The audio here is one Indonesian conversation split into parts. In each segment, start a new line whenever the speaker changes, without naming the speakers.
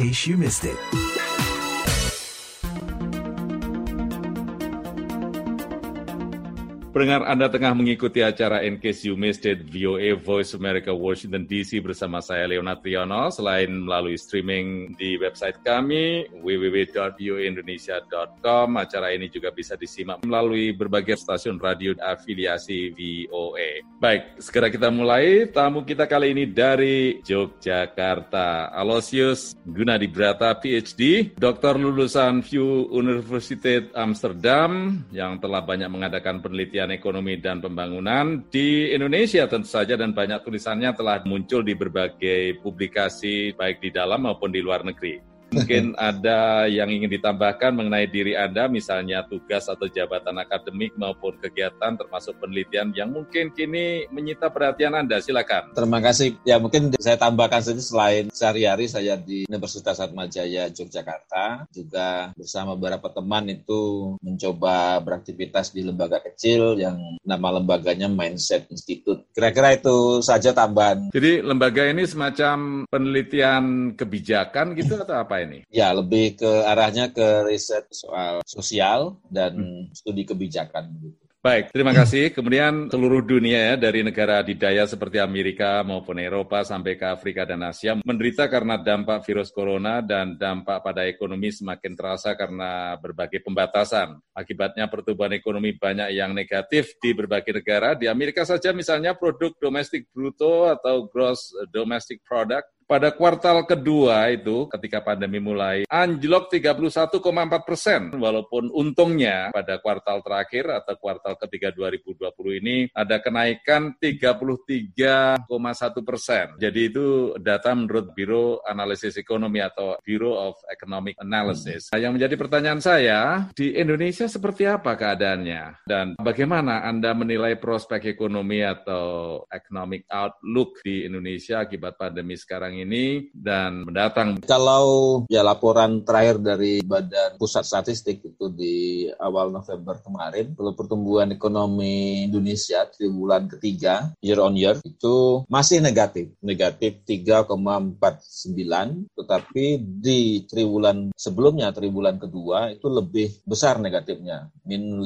case you missed it.
Pendengar Anda tengah mengikuti acara In Case You Missed It, VOA Voice America Washington DC bersama saya Leonard Triono. Selain melalui streaming di website kami www.voaindonesia.com, acara ini juga bisa disimak melalui berbagai stasiun radio afiliasi VOA. Baik, segera kita mulai. Tamu kita kali ini dari Yogyakarta, Aloysius Gunadibrata PhD, doktor lulusan VU Universiteit Amsterdam yang telah banyak mengadakan penelitian ekonomi dan pembangunan di Indonesia tentu saja, dan banyak tulisannya telah muncul di berbagai publikasi baik di dalam maupun di luar negeri. Mungkin ada yang ingin ditambahkan mengenai diri Anda, misalnya tugas atau jabatan akademik maupun kegiatan termasuk penelitian yang mungkin kini menyita perhatian Anda. Silakan.
Terima kasih. Ya, mungkin saya tambahkan saja, selain sehari-hari saya di Universitas Atmajaya Yogyakarta, juga bersama beberapa teman itu mencoba beraktivitas di lembaga kecil yang nama lembaganya Mindset Institute. Kira-kira itu saja tambahan.
Jadi lembaga ini semacam penelitian kebijakan gitu atau apa ini?
Ya, lebih ke arahnya ke riset soal sosial dan studi kebijakan.
Baik, terima kasih. Kemudian seluruh dunia ya, dari negara adidaya seperti Amerika maupun Eropa sampai ke Afrika dan Asia menderita karena dampak virus corona, dan dampak pada ekonomi semakin terasa karena berbagai pembatasan. Akibatnya pertumbuhan ekonomi banyak yang negatif di berbagai negara. Di Amerika saja misalnya produk domestik bruto atau gross domestic product pada kuartal kedua itu ketika pandemi mulai anjlok 31,4%, walaupun untungnya pada kuartal terakhir atau kuartal ketiga 2020 ini ada kenaikan 33,1%. Jadi itu data menurut Biro Analisis Ekonomi atau Bureau of Economic Analysis. Nah, yang menjadi pertanyaan saya, di Indonesia seperti apa keadaannya? Dan bagaimana Anda menilai prospek ekonomi atau economic outlook di Indonesia akibat pandemi sekarang ini dan mendatang?
Kalau ya laporan terakhir dari Badan Pusat Statistik itu di awal November kemarin, kalau pertumbuhan ekonomi Indonesia triwulan ketiga year on year itu masih negatif 3,49, tetapi di triwulan sebelumnya, triwulan kedua itu lebih besar negatifnya, min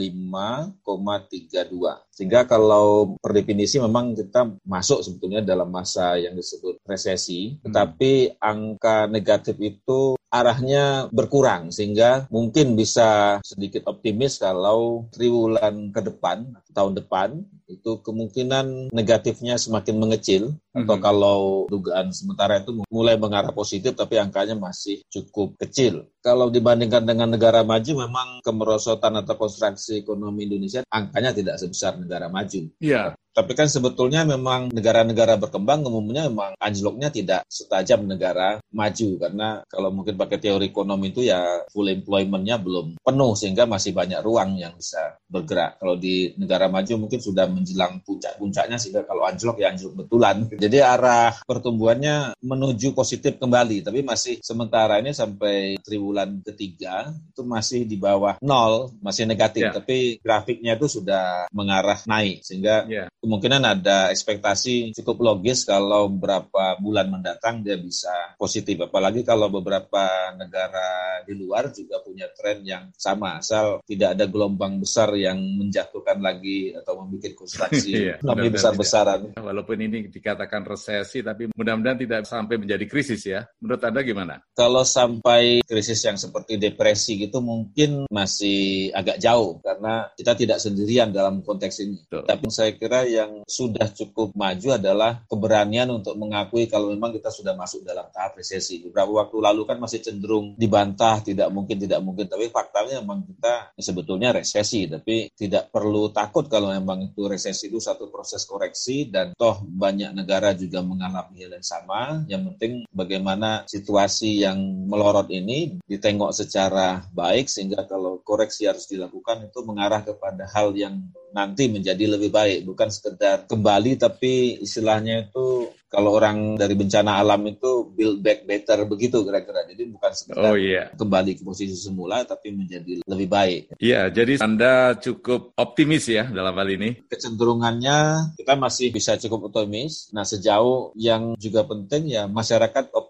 5,32. Sehingga kalau per definisi memang kita masuk sebetulnya dalam masa yang disebut resesi, tetapi angka negatif itu arahnya berkurang, sehingga mungkin bisa sedikit optimis kalau triwulan ke depan, tahun depan, itu kemungkinan negatifnya semakin mengecil, atau kalau dugaan sementara itu mulai mengarah positif, tapi angkanya masih cukup kecil. Kalau dibandingkan dengan negara maju, memang kemerosotan atau konstruksi ekonomi Indonesia angkanya tidak sebesar negara maju.
Iya.
Tapi kan sebetulnya memang negara-negara berkembang umumnya memang anjloknya tidak setajam negara maju, karena kalau mungkin pakai teori ekonomi itu ya full employment-nya belum penuh, sehingga masih banyak ruang yang bisa bergerak. Kalau di negara maju mungkin sudah menjelang puncak-puncaknya, sehingga kalau anjlok ya anjlok betulan. Jadi arah pertumbuhannya menuju positif kembali, tapi masih sementara ini sampai triwulan ketiga itu masih di bawah nol, masih negatif, tapi grafiknya itu sudah mengarah naik, sehingga kemungkinan ada ekspektasi cukup logis kalau beberapa bulan mendatang dia bisa positif. Apalagi kalau beberapa negara di luar juga punya tren yang sama, asal tidak ada gelombang besar yang menjatuhkan lagi atau membuat konstruksi lebih besar-besaran.
Walaupun ini dikatakan resesi, tapi mudah-mudahan tidak sampai menjadi krisis ya. Menurut Anda gimana?
Kalau sampai krisis yang seperti depresi gitu mungkin masih agak jauh, karena kita tidak sendirian dalam konteks ini. Tapi saya kira yang sudah cukup maju adalah keberanian untuk mengakui kalau memang kita sudah masuk dalam tahap resesi. Beberapa waktu lalu kan masih cenderung dibantah, tidak mungkin, tapi faktanya memang kita sebetulnya resesi, tapi tidak perlu takut kalau memang itu resesi, itu satu proses koreksi, dan toh banyak negara juga mengalami hal yang sama. Yang penting bagaimana situasi yang melorot ini ditengok secara baik, sehingga kalau koreksi harus dilakukan itu mengarah kepada hal yang nanti menjadi lebih baik, bukan sekedar kembali, tapi istilahnya itu kalau orang dari bencana alam itu build back better begitu kira-kira. Jadi bukan sekedar kembali ke posisi semula, tapi menjadi lebih baik.
Iya, jadi Anda cukup optimis ya dalam hal ini?
Kecenderungannya kita masih bisa cukup optimis. Nah, sejauh yang juga penting ya masyarakat optimis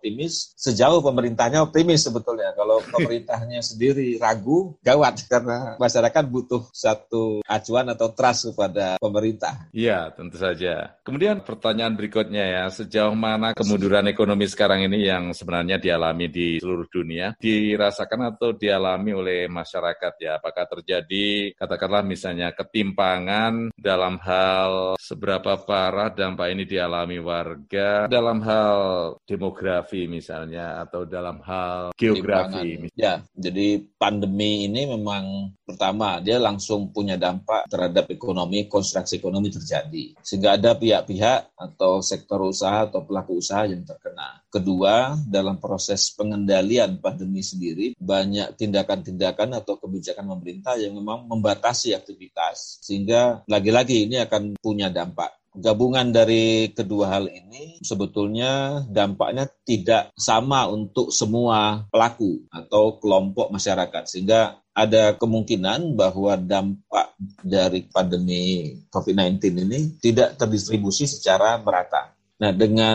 optimis sejauh pemerintahnya optimis sebetulnya. Kalau pemerintahnya sendiri ragu, gawat karena masyarakat butuh satu acuan atau trust kepada pemerintah.
Iya, tentu saja. Kemudian pertanyaan berikutnya ya, sejauh mana kemunduran ekonomi sekarang ini yang sebenarnya dialami di seluruh dunia, dirasakan atau dialami oleh masyarakat ya? Apakah terjadi, katakanlah misalnya ketimpangan dalam hal seberapa parah dampak ini dialami warga, dalam hal demografi misalnya, atau dalam hal geografi?
Ya, jadi pandemi ini memang pertama, dia langsung punya dampak terhadap ekonomi, konstruksi ekonomi terjadi. Sehingga ada pihak-pihak atau sektor usaha atau pelaku usaha yang terkena. Kedua, dalam proses pengendalian pandemi sendiri, banyak tindakan-tindakan atau kebijakan pemerintah yang memang membatasi aktivitas. Sehingga lagi-lagi ini akan punya dampak. Gabungan dari kedua hal ini sebetulnya dampaknya tidak sama untuk semua pelaku atau kelompok masyarakat. Sehingga ada kemungkinan bahwa dampak dari pandemi COVID-19 ini tidak terdistribusi secara merata. Nah, dengan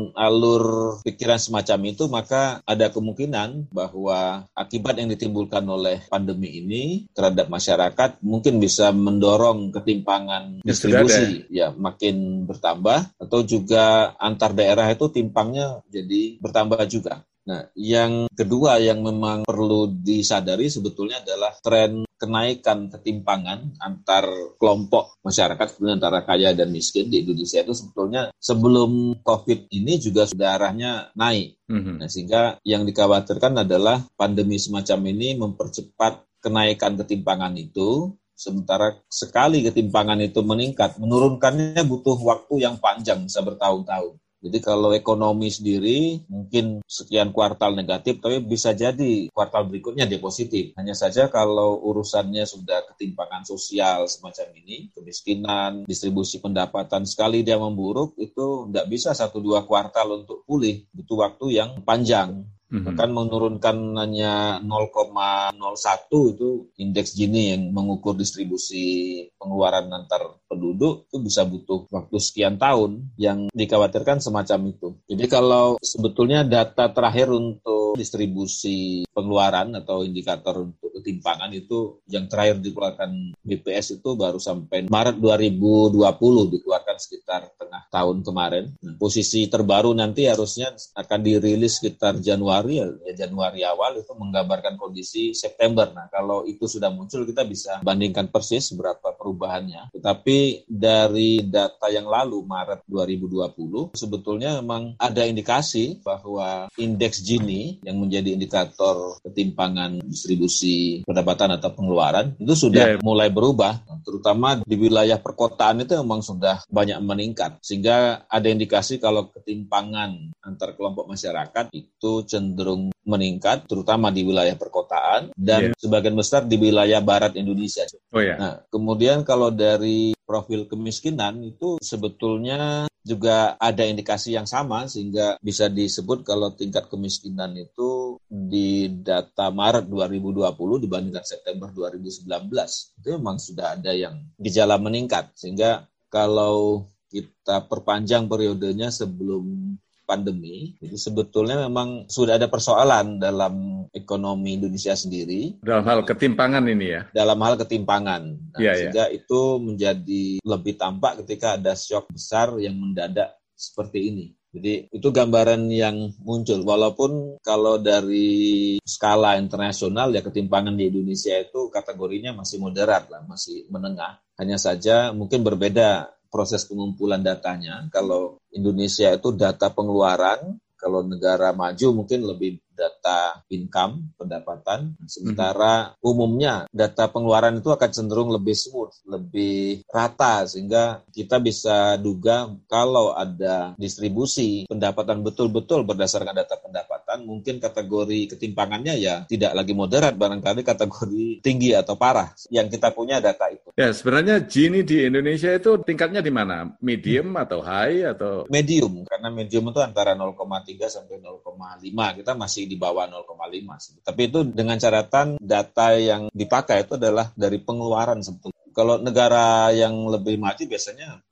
alur pikiran semacam itu, maka ada kemungkinan bahwa akibat yang ditimbulkan oleh pandemi ini terhadap masyarakat mungkin bisa mendorong ketimpangan distribusi ya makin bertambah, atau juga antar daerah itu timpangnya jadi bertambah juga. Nah, yang kedua yang memang perlu disadari sebetulnya adalah tren kenaikan ketimpangan antar kelompok masyarakat, antara kaya dan miskin di Indonesia itu sebetulnya sebelum COVID ini juga sudah arahnya naik. Nah, sehingga yang dikhawatirkan adalah pandemi semacam ini mempercepat kenaikan ketimpangan itu. Sementara sekali ketimpangan itu meningkat, menurunkannya butuh waktu yang panjang, bisa bertahun-tahun. Jadi kalau ekonomi sendiri mungkin sekian kuartal negatif, tapi bisa jadi kuartal berikutnya dia positif. Hanya saja kalau urusannya sudah ketimpangan sosial semacam ini, kemiskinan, distribusi pendapatan, sekali dia memburuk, itu tidak bisa 1-2 kuartal untuk pulih. Butuh waktu yang panjang. Bahkan menurunkan hanya 0,01 itu indeks Gini yang mengukur distribusi pengeluaran antar penduduk itu bisa butuh waktu sekian tahun, yang dikhawatirkan semacam itu. Jadi kalau sebetulnya data terakhir untuk distribusi pengeluaran atau indikator untuk ketimpangan itu yang terakhir dikeluarkan BPS itu baru sampai Maret 2020 dikeluarkan sekitar tengah tahun kemarin. Nah, posisi terbaru nanti harusnya akan dirilis sekitar Januari awal itu menggambarkan kondisi September. Nah, kalau itu sudah muncul kita bisa bandingkan persis berapa perubahannya. Tetapi dari data yang lalu Maret 2020 sebetulnya memang ada indikasi bahwa indeks Gini yang menjadi indikator ketimpangan distribusi pendapatan atau pengeluaran itu sudah mulai berubah, terutama di wilayah perkotaan itu memang sudah banyak meningkat, sehingga ada indikasi kalau ketimpangan antar kelompok masyarakat itu cenderung meningkat, terutama di wilayah perkotaan dan sebagian besar di wilayah barat Indonesia. Nah, kemudian kalau dari profil kemiskinan itu sebetulnya juga ada indikasi yang sama, sehingga bisa disebut kalau tingkat kemiskinan itu di data Maret 2020 dibandingkan September 2019 itu memang sudah ada yang gejala meningkat, sehingga kalau kita perpanjang periodenya sebelum pandemi, itu sebetulnya memang sudah ada persoalan dalam ekonomi Indonesia sendiri.
Dalam hal ketimpangan ini ya?
Dalam hal ketimpangan. Nah, sehingga itu menjadi lebih tampak ketika ada syok besar yang mendadak seperti ini. Jadi itu gambaran yang muncul. Walaupun kalau dari skala internasional ya ketimpangan di Indonesia itu kategorinya masih moderat lah, masih menengah. Hanya saja mungkin berbeda proses pengumpulan datanya. Kalau Indonesia itu data pengeluaran, kalau negara maju mungkin lebih data income, pendapatan. Sementara umumnya data pengeluaran itu akan cenderung lebih smooth, lebih rata, sehingga kita bisa duga kalau ada distribusi pendapatan betul-betul berdasarkan data pendapatan, mungkin kategori ketimpangannya ya tidak lagi moderat, barangkali kategori tinggi atau parah. Yang kita punya data itu.
Ya, sebenarnya Gini di Indonesia itu tingkatnya di mana? Medium atau high atau?
Medium, karena medium itu antara 0,3 sampai 0,5. Kita masih di bawah 0,5. Tapi itu dengan catatan data yang dipakai itu adalah dari pengeluaran sebetulnya. Kalau negara yang lebih maju biasanya pakai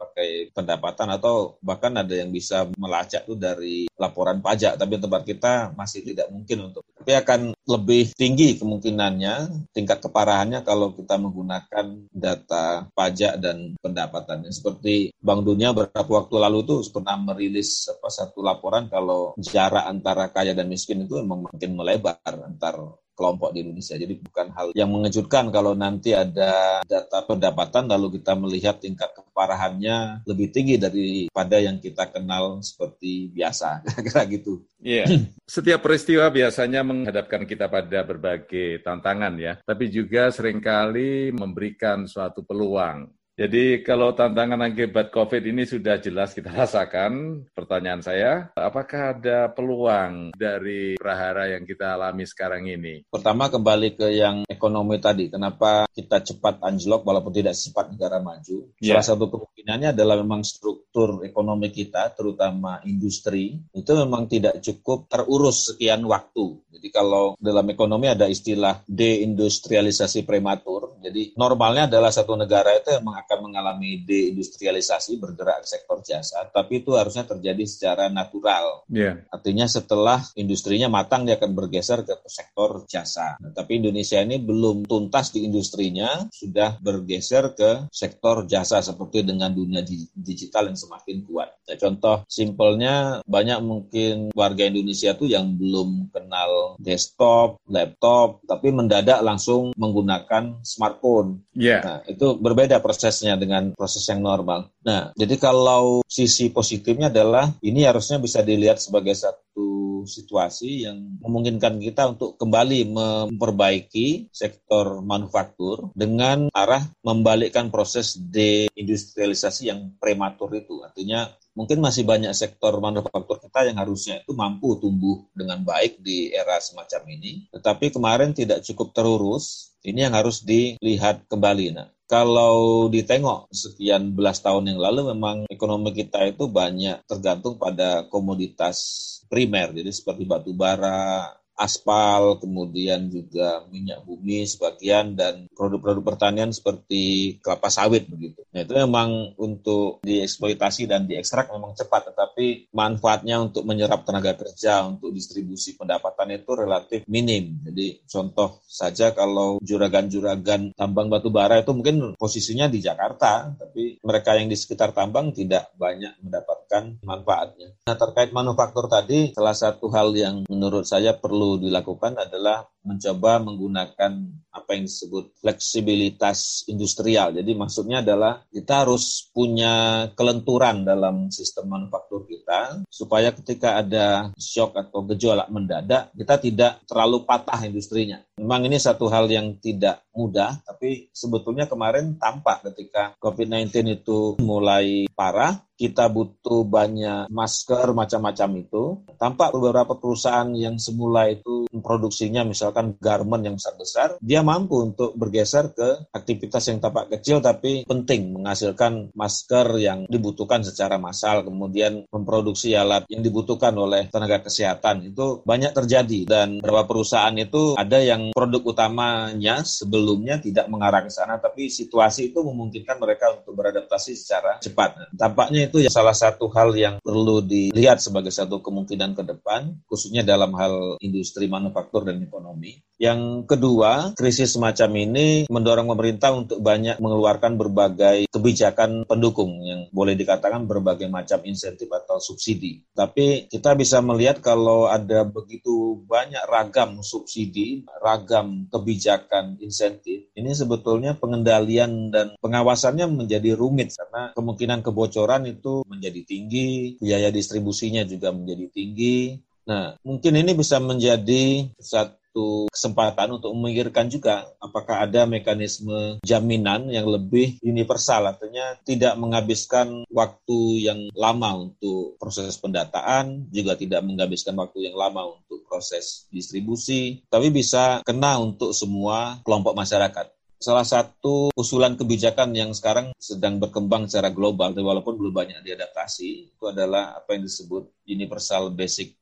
pendapatan atau bahkan ada yang bisa melacak tuh dari laporan pajak. Tapi tempat kita masih tidak mungkin untuk. Tapi akan lebih tinggi kemungkinannya tingkat keparahannya kalau kita menggunakan data pajak dan pendapatannya. Seperti Bank Dunia beberapa waktu lalu itu pernah merilis satu laporan kalau jarak antara kaya dan miskin itu memang makin melebar antar kelompok di Indonesia. Jadi bukan hal yang mengejutkan kalau nanti ada data pendapatan lalu kita melihat tingkat keparahannya lebih tinggi daripada yang kita kenal seperti biasa. Kira-kira gitu.
Iya, setiap peristiwa biasanya menghadapkan kita pada berbagai tantangan ya, tapi juga seringkali memberikan suatu peluang. Jadi kalau tantangan akibat COVID ini sudah jelas kita rasakan, pertanyaan saya, apakah ada peluang dari prahara yang kita alami sekarang ini?
Pertama kembali ke yang ekonomi tadi, kenapa kita cepat anjlok walaupun tidak secepat negara maju? Salah satu kemungkinannya adalah memang struktur ekonomi kita, terutama industri, itu memang tidak cukup terurus sekian waktu. Jadi kalau dalam ekonomi ada istilah deindustrialisasi prematur, jadi normalnya adalah satu negara itu memang akan mengalami deindustrialisasi bergerak ke sektor jasa, tapi itu harusnya terjadi secara natural. Artinya setelah industrinya matang dia akan bergeser ke sektor jasa. Nah, tapi Indonesia ini belum tuntas di industrinya, sudah bergeser ke sektor jasa seperti dengan dunia digital yang semakin kuat. Nah, contoh simpelnya banyak mungkin warga Indonesia tuh yang belum kenal desktop, laptop, tapi mendadak langsung menggunakan smartphone. Nah, itu berbeda prosesnya dengan proses yang normal. Nah, jadi kalau sisi positifnya adalah ini harusnya bisa dilihat sebagai satu situasi yang memungkinkan kita untuk kembali memperbaiki sektor manufaktur dengan arah membalikkan proses deindustrialisasi yang prematur itu. Artinya mungkin masih banyak sektor manufaktur kita yang harusnya itu mampu tumbuh dengan baik di era semacam ini, tetapi kemarin tidak cukup terurus. Ini yang harus dilihat kembali. Nah, kalau ditengok sekian belas tahun yang lalu memang ekonomi kita itu banyak tergantung pada komoditas primer, jadi seperti batu bara, aspal, kemudian juga minyak bumi sebagian, dan produk-produk pertanian seperti kelapa sawit begitu. Nah, itu memang untuk dieksploitasi dan diekstrak memang cepat, tetapi manfaatnya untuk menyerap tenaga kerja, untuk distribusi pendapatan itu relatif minim. Jadi contoh saja kalau juragan-juragan tambang batu bara itu mungkin posisinya di Jakarta, tapi mereka yang di sekitar tambang tidak banyak mendapatkan manfaatnya. Nah, terkait manufaktur tadi, salah satu hal yang menurut saya perlu dilakukan adalah mencoba menggunakan apa yang disebut fleksibilitas industrial. Jadi maksudnya adalah kita harus punya kelenturan dalam sistem manufaktur kita supaya ketika ada shock atau gejolak mendadak kita tidak terlalu patah industrinya. Memang ini satu hal yang tidak mudah, tapi sebetulnya kemarin tampak ketika COVID-19 itu mulai parah, kita butuh banyak masker macam-macam itu. Tampak beberapa perusahaan yang semula itu produksinya misalkan garment yang besar-besar, dia mampu untuk bergeser ke aktivitas yang tampak kecil tapi penting, menghasilkan masker yang dibutuhkan secara massal, kemudian memproduksi alat yang dibutuhkan oleh tenaga kesehatan. Itu banyak terjadi, dan beberapa perusahaan itu ada yang produk utamanya sebelumnya tidak mengarah ke sana, tapi situasi itu memungkinkan mereka untuk beradaptasi secara cepat. Tampaknya itu ya salah satu hal yang perlu dilihat sebagai satu kemungkinan ke depan, khususnya dalam hal industri manufaktur dan ekonomi. Yang kedua, krisis semacam ini mendorong pemerintah untuk banyak mengeluarkan berbagai kebijakan pendukung yang boleh dikatakan berbagai macam insentif atau subsidi. Tapi kita bisa melihat kalau ada begitu banyak ragam subsidi, ragam kebijakan insentif, ini sebetulnya pengendalian dan pengawasannya menjadi rumit karena kemungkinan kebocoran itu menjadi tinggi, biaya distribusinya juga menjadi tinggi. Nah, mungkin ini bisa menjadi satu kesempatan untuk memikirkan juga apakah ada mekanisme jaminan yang lebih universal, artinya tidak menghabiskan waktu yang lama untuk proses pendataan, juga tidak menghabiskan waktu yang lama untuk proses distribusi, tapi bisa kena untuk semua kelompok masyarakat. Salah satu usulan kebijakan yang sekarang sedang berkembang secara global, walaupun belum banyak diadaptasi, itu adalah apa yang disebut Universal Basic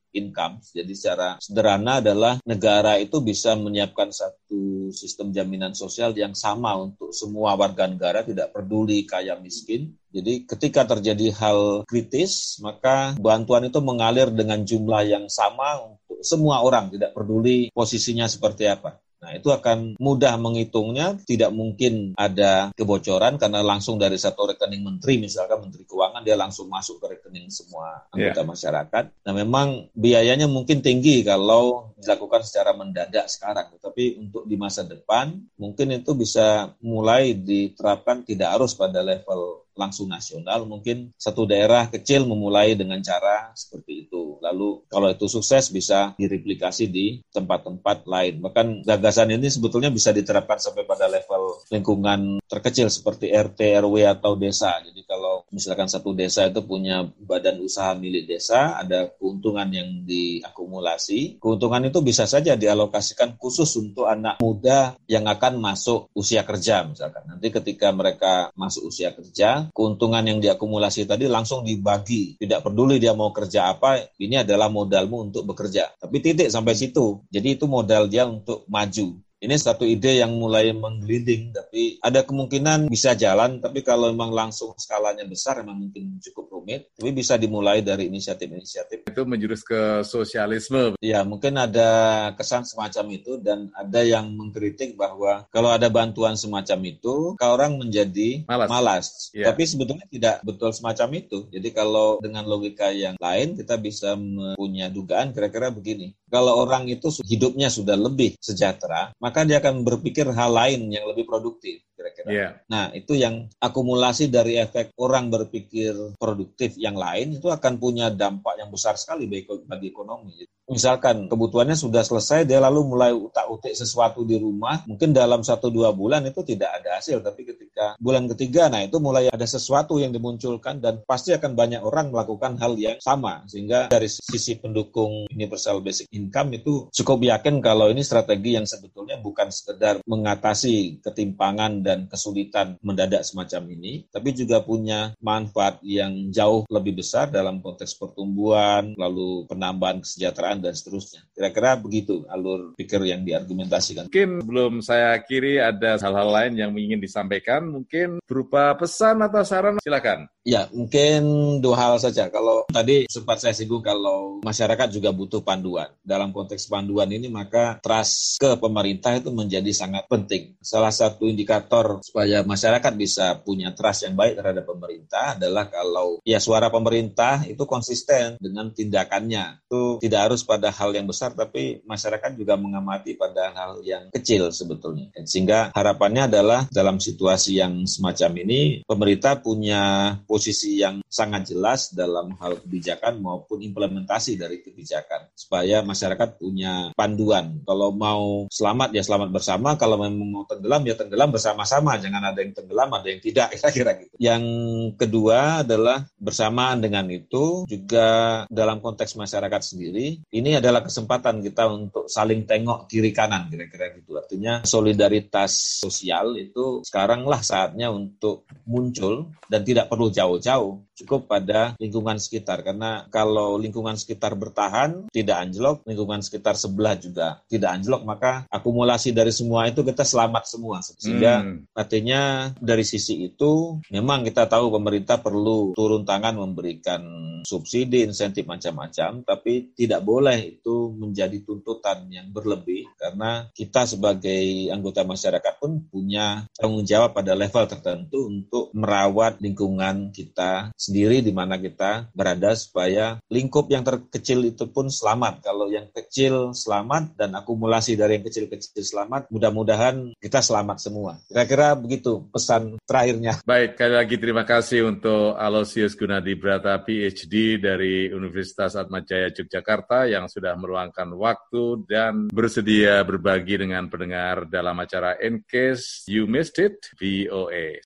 income. Jadi secara sederhana adalah negara itu bisa menyiapkan satu sistem jaminan sosial yang sama untuk semua warga negara, tidak peduli kaya miskin. Jadi ketika terjadi hal kritis, maka bantuan itu mengalir dengan jumlah yang sama untuk semua orang, tidak peduli posisinya seperti apa. Nah, itu akan mudah menghitungnya, tidak mungkin ada kebocoran karena langsung dari satu rekening menteri, misalkan Menteri Keuangan, dia langsung masuk ke rekening semua anggota masyarakat. Nah, memang biayanya mungkin tinggi kalau dilakukan secara mendadak sekarang, tapi untuk di masa depan mungkin itu bisa mulai diterapkan tidak harus pada level langsung nasional, mungkin satu daerah kecil memulai dengan cara seperti itu. Lalu kalau itu sukses bisa direplikasi di tempat-tempat lain. Bahkan gagasan ini sebetulnya bisa diterapkan sampai pada level lingkungan terkecil seperti RT, RW atau desa. Jadi kalau misalkan satu desa itu punya badan usaha milik desa, ada keuntungan yang diakumulasi. Keuntungan itu bisa saja dialokasikan khusus untuk anak muda yang akan masuk usia kerja misalkan. Nanti ketika mereka masuk usia kerja, keuntungan yang diakumulasi tadi langsung dibagi. Tidak peduli dia mau kerja apa, ini adalah modalmu untuk bekerja. Tapi titik sampai situ. Jadi itu modal dia untuk maju. Ini satu ide yang mulai menggelinding, tapi ada kemungkinan bisa jalan, tapi kalau memang langsung skalanya besar, memang mungkin cukup rumit, tapi bisa dimulai dari inisiatif-inisiatif.
Itu menjurus ke sosialisme.
Ya, mungkin ada kesan semacam itu, dan ada yang mengkritik bahwa kalau ada bantuan semacam itu, orang menjadi malas. Yeah. Tapi sebetulnya tidak betul semacam itu. Jadi kalau dengan logika yang lain, kita bisa punya dugaan kira-kira begini. Kalau orang itu hidupnya sudah lebih sejahtera, maka dia akan berpikir hal lain yang lebih produktif kira-kira. Yeah. Nah, itu yang akumulasi dari efek orang berpikir produktif yang lain itu akan punya dampak yang besar sekali bagi ekonomi. Misalkan kebutuhannya sudah selesai, dia lalu mulai utak-utik sesuatu di rumah, mungkin dalam 1-2 bulan itu tidak ada hasil, tapi ketika bulan ketiga, nah itu mulai ada sesuatu yang dimunculkan dan pasti akan banyak orang melakukan hal yang sama. Sehingga dari sisi pendukung universal basic income itu cukup yakin kalau ini strategi yang sebetulnya bukan sekedar mengatasi ketimpangan dan kesulitan mendadak semacam ini, tapi juga punya manfaat yang jauh lebih besar dalam konteks pertumbuhan, lalu penambahan kesejahteraan, dan seterusnya. Kira-kira begitu alur pikir yang diargumentasikan.
Mungkin belum saya akhiri, ada hal-hal lain yang ingin disampaikan, mungkin berupa pesan atau saran, silakan.
Ya, mungkin 2 hal saja. Kalau tadi sempat saya singgung kalau masyarakat juga butuh panduan. Dalam konteks panduan ini, maka trust ke pemerintah itu menjadi sangat penting. Salah satu indikator supaya masyarakat bisa punya trust yang baik terhadap pemerintah adalah kalau suara pemerintah itu konsisten dengan tindakannya. Itu tidak harus pada hal yang besar, tapi masyarakat juga mengamati pada hal yang kecil sebetulnya. Sehingga harapannya adalah dalam situasi yang semacam ini, pemerintah punya posisi yang sangat jelas dalam hal kebijakan maupun implementasi dari kebijakan. Supaya masyarakat punya panduan. Kalau mau selamat, ya selamat bersama. Kalau memang mau tenggelam, ya tenggelam bersama-sama. Jangan ada yang tenggelam, ada yang tidak, kira-kira gitu. Yang kedua adalah bersamaan dengan itu, juga dalam konteks masyarakat sendiri, ini adalah kesempatan kita untuk saling tengok kiri kanan, kira-kira gitu. Artinya solidaritas sosial itu sekaranglah saatnya untuk muncul dan tidak perlu jauh-jauh, cukup pada lingkungan sekitar. Karena kalau lingkungan sekitar bertahan, tidak anjlok, lingkungan sekitar sebelah juga tidak anjlok, maka akumulasi dari semua itu kita selamat semua. Sehingga artinya dari sisi itu, memang kita tahu pemerintah perlu turun tangan memberikan subsidi, insentif macam-macam, tapi tidak boleh itu menjadi tuntutan yang berlebih, karena kita sebagai anggota masyarakat pun punya tanggung jawab pada level tertentu untuk merawat lingkungan kita sendiri di mana kita berada, supaya lingkup yang terkecil itu pun selamat. Kalau yang kecil selamat dan akumulasi dari yang kecil-kecil selamat, mudah-mudahan kita selamat semua. Kira-kira begitu pesan terakhirnya.
Baik, sekali lagi terima kasih untuk Aloysius Gunadibrata, PhD dari Universitas Atmajaya Yogyakarta yang sudah meluangkan waktu dan bersedia berbagi dengan pendengar dalam acara In Case You Missed It, VOA.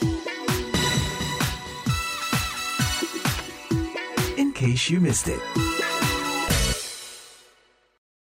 In case you missed it.